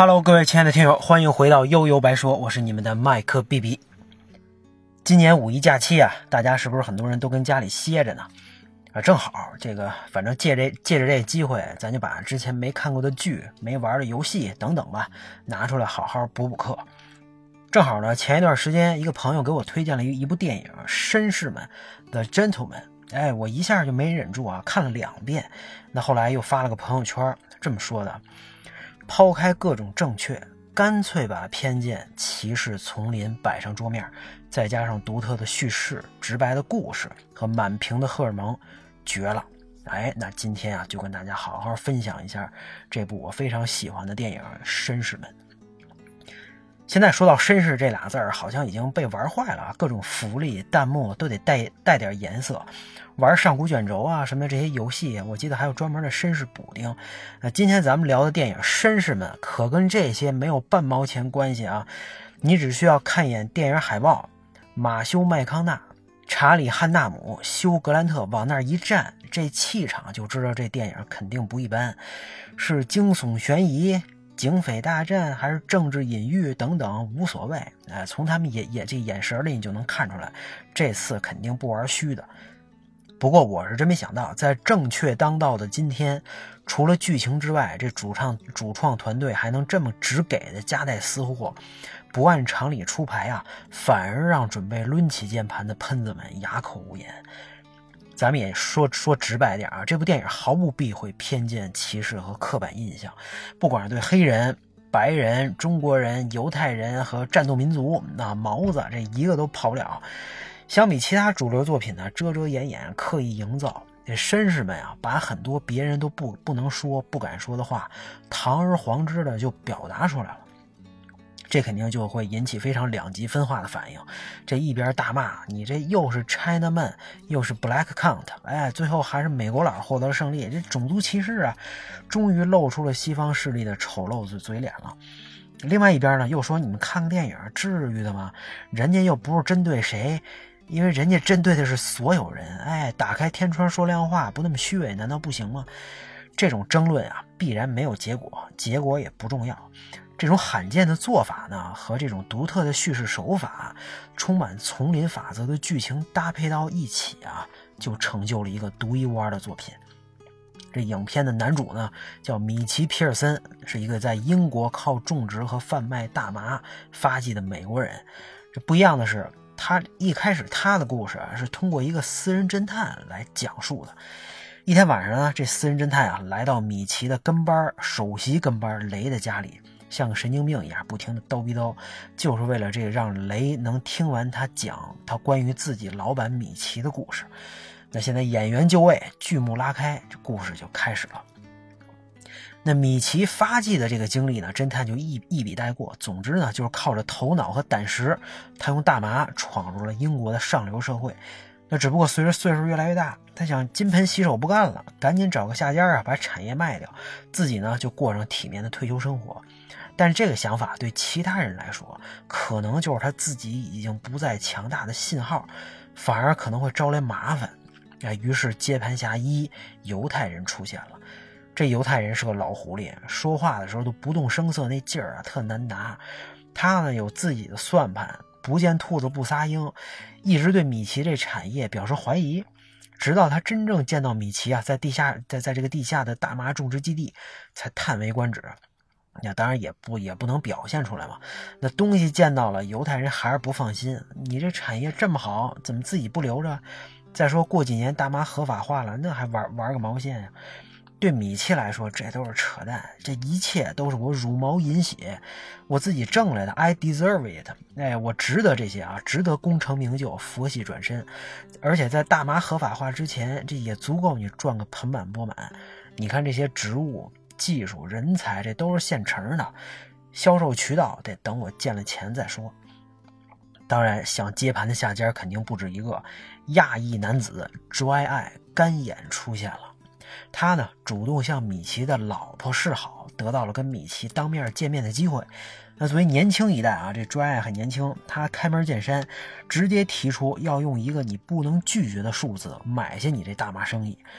Hello， 各位亲爱的听友，欢迎回到悠悠白说，我是你们的麦克 BB。今年五一假期啊，大家是不是很多人都跟家里歇着呢？正好反正借着这机会，咱就把之前没看过的剧、没玩的游戏等等吧，拿出来好好补课。正好呢，前一段时间一个朋友给我推荐了一部电影《绅士们》The Gentleman， 我一下就没忍住啊，看了2遍。那后来又发了个朋友圈，这么说的：抛开各种正确，干脆把偏见、歧视、丛林摆上桌面，再加上独特的叙事、直白的故事和满屏的荷尔蒙，绝了！那今天啊，就跟大家好好分享一下这部我非常喜欢的电影《绅士们》。现在说到绅士这俩字儿，好像已经被玩坏了，各种福利弹幕都得带点颜色。玩上古卷轴啊什么的这些游戏，我记得还有专门的绅士补丁。今天咱们聊的电影《绅士们》可跟这些没有半毛钱关系啊！你只需要看一眼电影海报，马修麦康纳、查理汉纳姆、休格兰特往那儿一站，这气场就知道这电影肯定不一般，是惊悚悬疑、警匪大战还是政治隐喻等等无所谓，从他们这眼神里你就能看出来，这次肯定不玩虚的。不过我是真没想到，在正确当道的今天，除了剧情之外，这主创团队还能这么只给的夹带私货，不按常理出牌啊，反而让准备抡起键盘的喷子们哑口无言。咱们也说直白点啊，这部电影毫不避讳偏见、歧视和刻板印象，不管是对黑人、白人、中国人、犹太人和战斗民族，那毛子这一个都跑不了。相比其他主流作品呢，遮遮掩掩，刻意营造，这绅士们啊，把很多别人都不能说、不敢说的话，堂而皇之的就表达出来了。这肯定就会引起非常两极分化的反应。这一边大骂你这又是 Chinaman 又是 Black Count， 最后还是美国佬获得了胜利，这种族歧视啊，终于露出了西方势力的丑陋嘴脸了。另外一边呢，又说你们看个电影至于的吗？人家又不是针对谁，因为人家针对的是所有人。打开天窗说亮话，不那么虚伪难道不行吗？这种争论啊，必然没有结果，结果也不重要。这种罕见的做法呢，和这种独特的叙事手法，充满丛林法则的剧情搭配到一起啊，就成就了一个独一无二的作品。这影片的男主呢，叫米奇·皮尔森，是一个在英国靠种植和贩卖大麻发迹的美国人。这不一样的是，他一开始他的故事是通过一个私人侦探来讲述的。一天晚上呢，这私人侦探啊来到米奇的首席跟班雷的家里，像个神经病一样不停的叨逼叨，就是为了这个让雷能听完他讲他关于自己老板米奇的故事。那现在演员就位，剧目拉开，这故事就开始了。那米奇发迹的这个经历呢，侦探就一笔带过。总之呢，就是靠着头脑和胆识，他用大麻闯入了英国的上流社会。那只不过随着岁数越来越大，他想金盆洗手不干了，赶紧找个下家啊，把产业卖掉，自己呢就过上体面的退休生活。但是这个想法对其他人来说，可能就是他自己已经不再强大的信号，反而可能会招来麻烦。于是接盘侠犹太人出现了。这犹太人是个老狐狸，说话的时候都不动声色，那劲儿啊特难拿。他呢有自己的算盘，不见兔子不撒鹰，一直对米奇这产业表示怀疑。直到他真正见到米奇啊，在这个地下的大麻种植基地，才叹为观止。那当然也不能表现出来嘛。那东西见到了，犹太人还是不放心，你这产业这么好，怎么自己不留着？再说过几年大麻合法化了，那还玩个毛线呀？对米奇来说，这都是扯淡，这一切都是我茹毛饮血，我自己挣来的 ，I deserve it， 我值得这些啊，值得功成名就，佛系转身。而且在大麻合法化之前，这也足够你赚个盆满钵满。你看这些职务、技术、人才，这都是现成的，销售渠道得等我见了钱再说。当然，想接盘的下家肯定不止一个。亚裔男子 Dry Eye 干眼出现了，他呢主动向米奇的老婆示好，得到了跟米奇当面见面的机会。那作为年轻一代啊，这 Dry Eye 很年轻，他开门见山，直接提出要用一个你不能拒绝的数字买下你这大麻生意。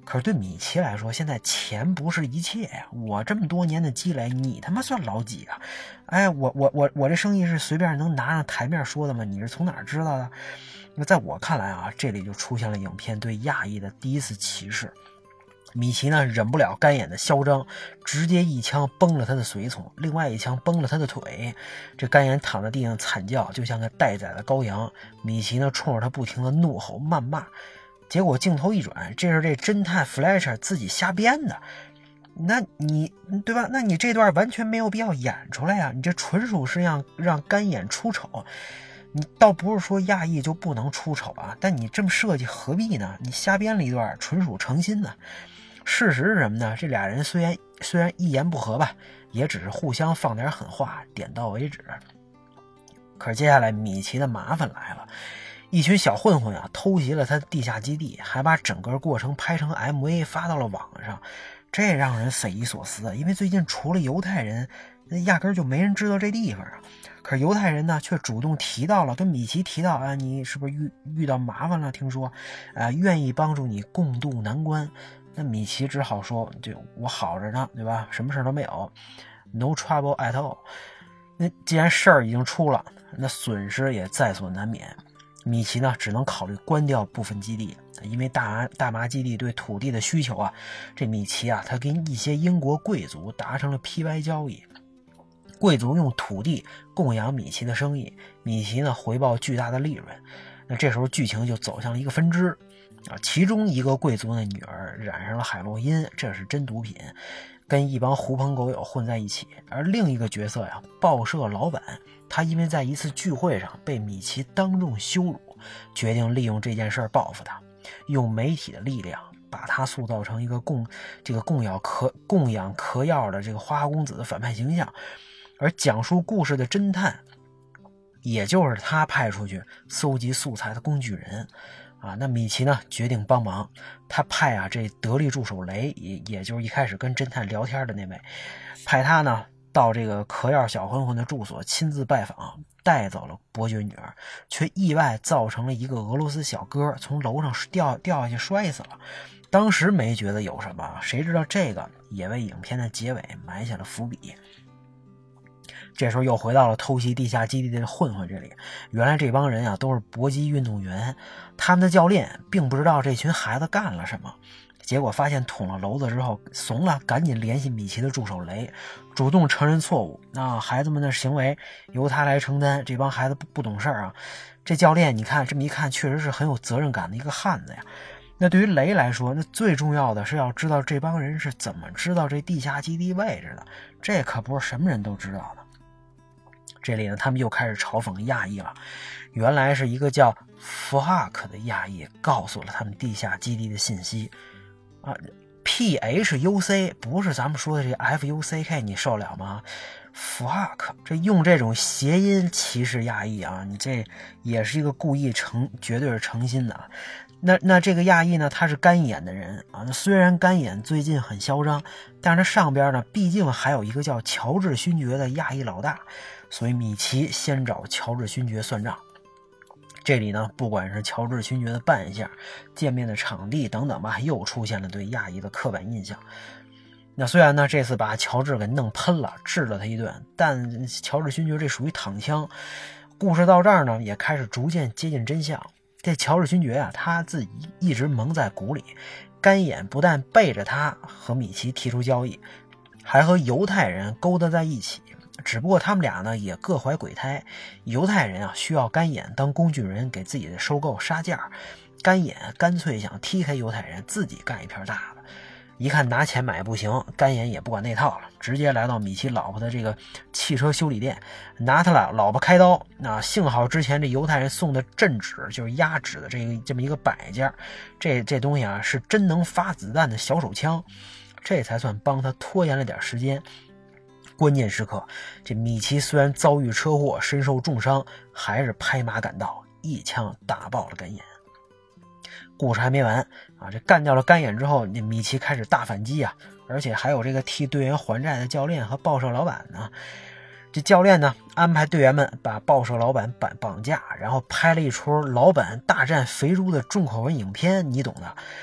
可是对米奇来说，现在钱不是一切呀！我这么多年的积累，你他妈算老几啊？哎，我这生意是随便能拿上台面说的吗？你是从哪儿知道的？那在我看来啊，这里就出现了影片对亚裔的第一次歧视。米奇呢忍不了干眼的嚣张，直接一枪崩了他的随从，另外一枪崩了他的腿。这干眼躺在地上惨叫，就像个待宰的羔羊。米奇呢冲着他不停的怒吼谩骂。结果镜头一转，这是这侦探 Fletcher 自己瞎编的。那你对吧？那你这段完全没有必要演出来啊！你这纯属是让干眼出丑。你倒不是说亚裔就不能出丑啊，但你这么设计何必呢？你瞎编了一段，纯属诚心的。事实是什么呢？这俩人虽然一言不合吧，也只是互相放点狠话，点到为止。可是接下来米奇的麻烦来了。一群小混混啊，偷袭了他的地下基地，还把整个过程拍成 MV 发到了网上，这让人匪夷所思啊！因为最近除了犹太人，压根就没人知道这地方啊。可是犹太人呢，却主动提到了，跟米奇提到啊，你是不是遇到麻烦了？听说，愿意帮助你共度难关。那米奇只好说，就我好着呢，对吧？什么事都没有 ，no trouble at all。那既然事儿已经出了，那损失也在所难免。米奇呢，只能考虑关掉部分基地，因为大麻基地对土地的需求啊，这米奇啊，他跟一些英国贵族达成了 PY 交易，贵族用土地供养米奇的生意，米奇呢回报巨大的利润。那这时候剧情就走向了一个分支啊，其中一个贵族的女儿染上了海洛因，这是真毒品，跟一帮狐朋狗友混在一起。而另一个角色呀，报社老板，他因为在一次聚会上被米奇当众羞辱，决定利用这件事报复他，用媒体的力量把他塑造成一个供养嗑药的这个花花公子的反派形象。而讲述故事的侦探，也就是他派出去搜集素材的工具人啊。那米奇呢决定帮忙，他派这得力助手雷，也就是一开始跟侦探聊天的那位，派他呢到这个嗑药小混混的住所亲自拜访，带走了伯爵女儿，却意外造成了一个俄罗斯小哥从楼上掉下去摔死了。当时没觉得有什么，谁知道这个也为影片的结尾埋下了伏笔。这时候又回到了偷袭地下基地的混混这里，原来这帮人啊都是搏击运动员，他们的教练并不知道这群孩子干了什么，结果发现捅了娄子之后怂了，赶紧联系米奇的助手雷，主动承认错误。那孩子们的行为由他来承担，这帮孩子不懂事啊。这教练你看这么一看，确实是很有责任感的一个汉子呀。那对于雷来说，那最重要的是要知道这帮人是怎么知道这地下基地位置的，这可不是什么人都知道的。这里呢，他们又开始嘲讽亚裔了。原来是一个叫福哈克的亚裔告诉了他们地下基地的信息啊。PHUC 不是咱们说的这个 FUCK， 你受了吗？福哈克这用这种谐音歧视亚裔啊，你这也是一个故意绝对是诚心的。那这个亚裔呢，他是干眼的人啊。那虽然干眼最近很嚣张，但是他上边呢，毕竟还有一个叫乔治勋爵的亚裔老大，所以米奇先找乔治勋爵算账。这里呢，不管是乔治勋爵的扮相、见面的场地等等吧，又出现了对亚裔的刻板印象。那虽然呢，这次把乔治给弄喷了，治了他一顿，但乔治勋爵这属于躺枪。故事到这儿呢，也开始逐渐接近真相。这乔治勋爵啊，他自己一直蒙在鼓里，干眼不但背着他和米奇提出交易，还和犹太人勾搭在一起。只不过他们俩呢也各怀鬼胎，犹太人啊需要干眼当工具人给自己的收购杀价，干眼干脆想踢开犹太人，自己干一片大的。一看拿钱买不行，干眼也不管那套了，直接来到米奇老婆的这个汽车修理店，拿他老婆开刀。那幸好之前这犹太人送的镇纸，就是压纸的这么一个摆件，这东西啊是真能发子弹的小手枪，这才算帮他拖延了点时间。关键时刻，这米奇虽然遭遇车祸身受重伤，还是拍马赶到，一枪打爆了干眼。故事还没完啊！这干掉了干眼之后，那米奇开始大反击啊，而且还有这个替队员还债的教练和报社老板呢。这教练呢安排队员们把报社老板绑架，然后拍了一出老板大战肥猪的重口味影片，你懂的。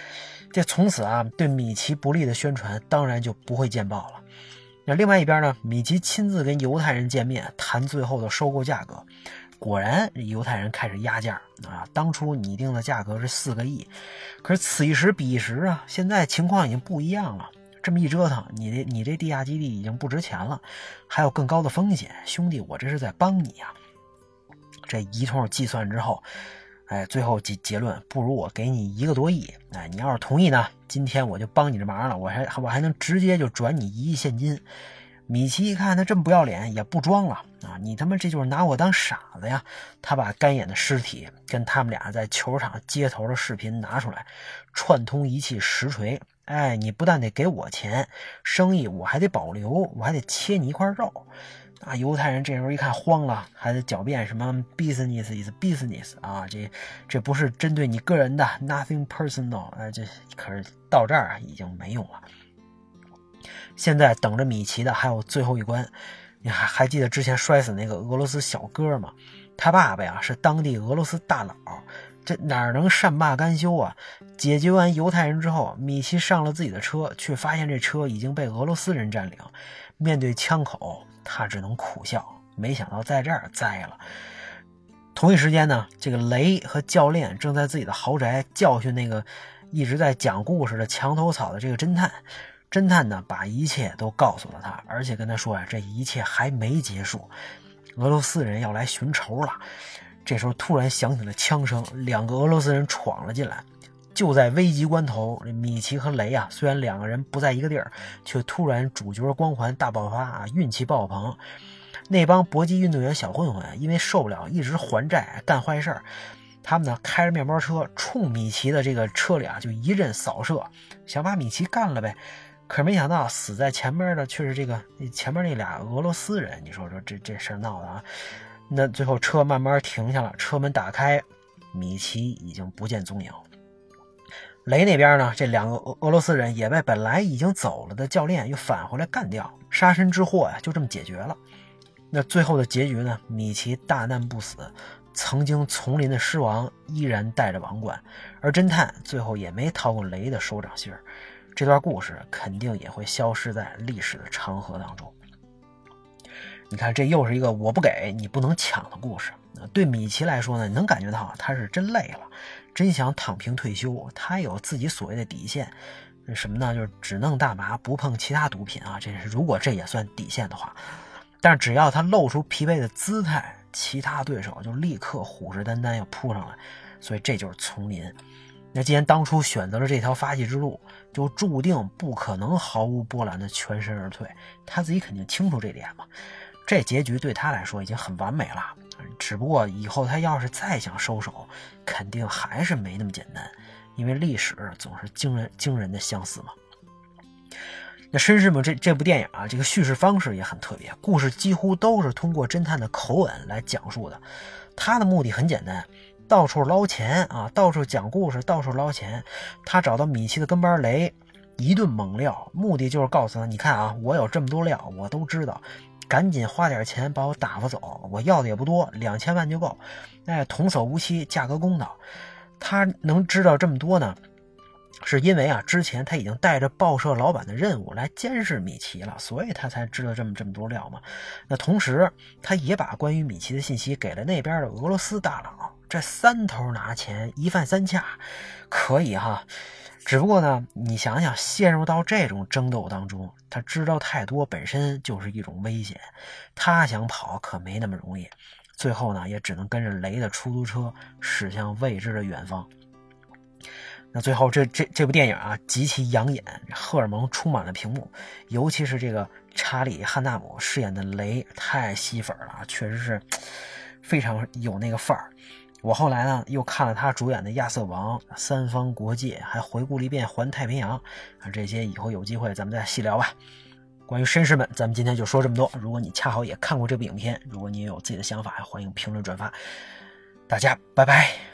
这从此啊，对米奇不利的宣传当然就不会见报了。那另外一边呢，米奇亲自跟犹太人见面，谈最后的收购价格。果然犹太人开始压价啊！当初拟定的价格是4个亿，可是此一时彼一时啊，现在情况已经不一样了。这么一折腾，你这地下基地已经不值钱了，还有更高的风险，兄弟，我这是在帮你啊！这一通计算之后，最后结论，不如我给你1个多亿，你要是同意呢，今天我就帮你这忙了，我还能直接就转你1亿现金。米奇一看他这么不要脸，也不装了啊！你他妈这就是拿我当傻子呀！他把干眼的尸体跟他们俩在球场接头的视频拿出来，串通一气实锤。你不但得给我钱，生意我还得保留，我还得切你一块肉。啊！犹太人这时候一看慌了，还得狡辩什么 business is business 啊，这不是针对你个人的 nothing personal。这可是到这儿已经没用了。现在等着米奇的还有最后一关。你还记得之前摔死那个俄罗斯小哥吗？他爸爸呀是当地俄罗斯大佬，这哪能善罢甘休啊？解决完犹太人之后，米奇上了自己的车，却发现这车已经被俄罗斯人占领。面对枪口，他只能苦笑，没想到在这儿栽了。同一时间呢，这个雷和教练正在自己的豪宅教训那个一直在讲故事的墙头草的这个侦探。侦探呢，把一切都告诉了他，而且跟他说呀，这一切还没结束，俄罗斯人要来寻仇了。这时候突然响起了枪声，2个俄罗斯人闯了进来。就在危急关头，米奇和雷啊，虽然2个人不在一个地儿，却突然主角光环大爆发啊，运气爆棚。那帮搏击运动员小混混因为受不了一直还债干坏事儿，他们呢开着面包车冲米奇的这个车里啊就一阵扫射，想把米奇干了呗。可是没想到死在前面的却是前面那俩俄罗斯人，你说这事儿闹的啊！那最后车慢慢停下了，车门打开，米奇已经不见踪影。雷那边呢，这2个俄罗斯人也被本来已经走了的教练又返回来干掉，杀身之祸呀就这么解决了。那最后的结局呢，米奇大难不死，曾经丛林的狮王依然带着王冠，而侦探最后也没逃过雷的手掌心儿。这段故事肯定也会消失在历史的长河当中。你看，这又是一个我不给你不能抢的故事。对米奇来说呢，你能感觉到他是真累了，真想躺平退休。他有自己所谓的底线，什么呢？就是只弄大麻，不碰其他毒品啊。如果这也算底线的话，但是只要他露出疲惫的姿态，其他对手就立刻虎视眈眈要扑上来。所以这就是丛林。那既然当初选择了这条发迹之路，就注定不可能毫无波澜的全身而退。他自己肯定清楚这点嘛。这结局对他来说已经很完美了，只不过以后他要是再想收手，肯定还是没那么简单，因为历史总是惊人的相似嘛。那绅士们这部电影啊，这个叙事方式也很特别，故事几乎都是通过侦探的口吻来讲述的。他的目的很简单，到处捞钱啊，到处讲故事，到处捞钱。他找到米奇的跟班雷，一顿猛料，目的就是告诉他，你看啊，我有这么多料，我都知道，赶紧花点钱把我打发走，我要的也不多，2000万就够。童叟无欺，价格公道。他能知道这么多呢，是因为啊，之前他已经带着报社老板的任务来监视米奇了，所以他才知道这么多料嘛。那同时，他也把关于米奇的信息给了那边的俄罗斯大佬。这3头拿钱，一饭3恰，可以哈。只不过呢，你想想，陷入到这种争斗当中，他知道太多本身就是一种危险，他想跑可没那么容易。最后呢，也只能跟着雷的出租车驶向未知的远方。那最后这部电影啊，极其养眼，荷尔蒙充满了屏幕，尤其是这个查理·汉纳姆饰演的雷，太吸粉了，确实是非常有那个范儿。我后来呢又看了他主演的《亚瑟王》《三方国界》，还回顾了一遍《环太平洋》这些以后有机会咱们再细聊吧。关于绅士们，咱们今天就说这么多。如果你恰好也看过这部影片，如果你也有自己的想法，欢迎评论转发。大家拜拜。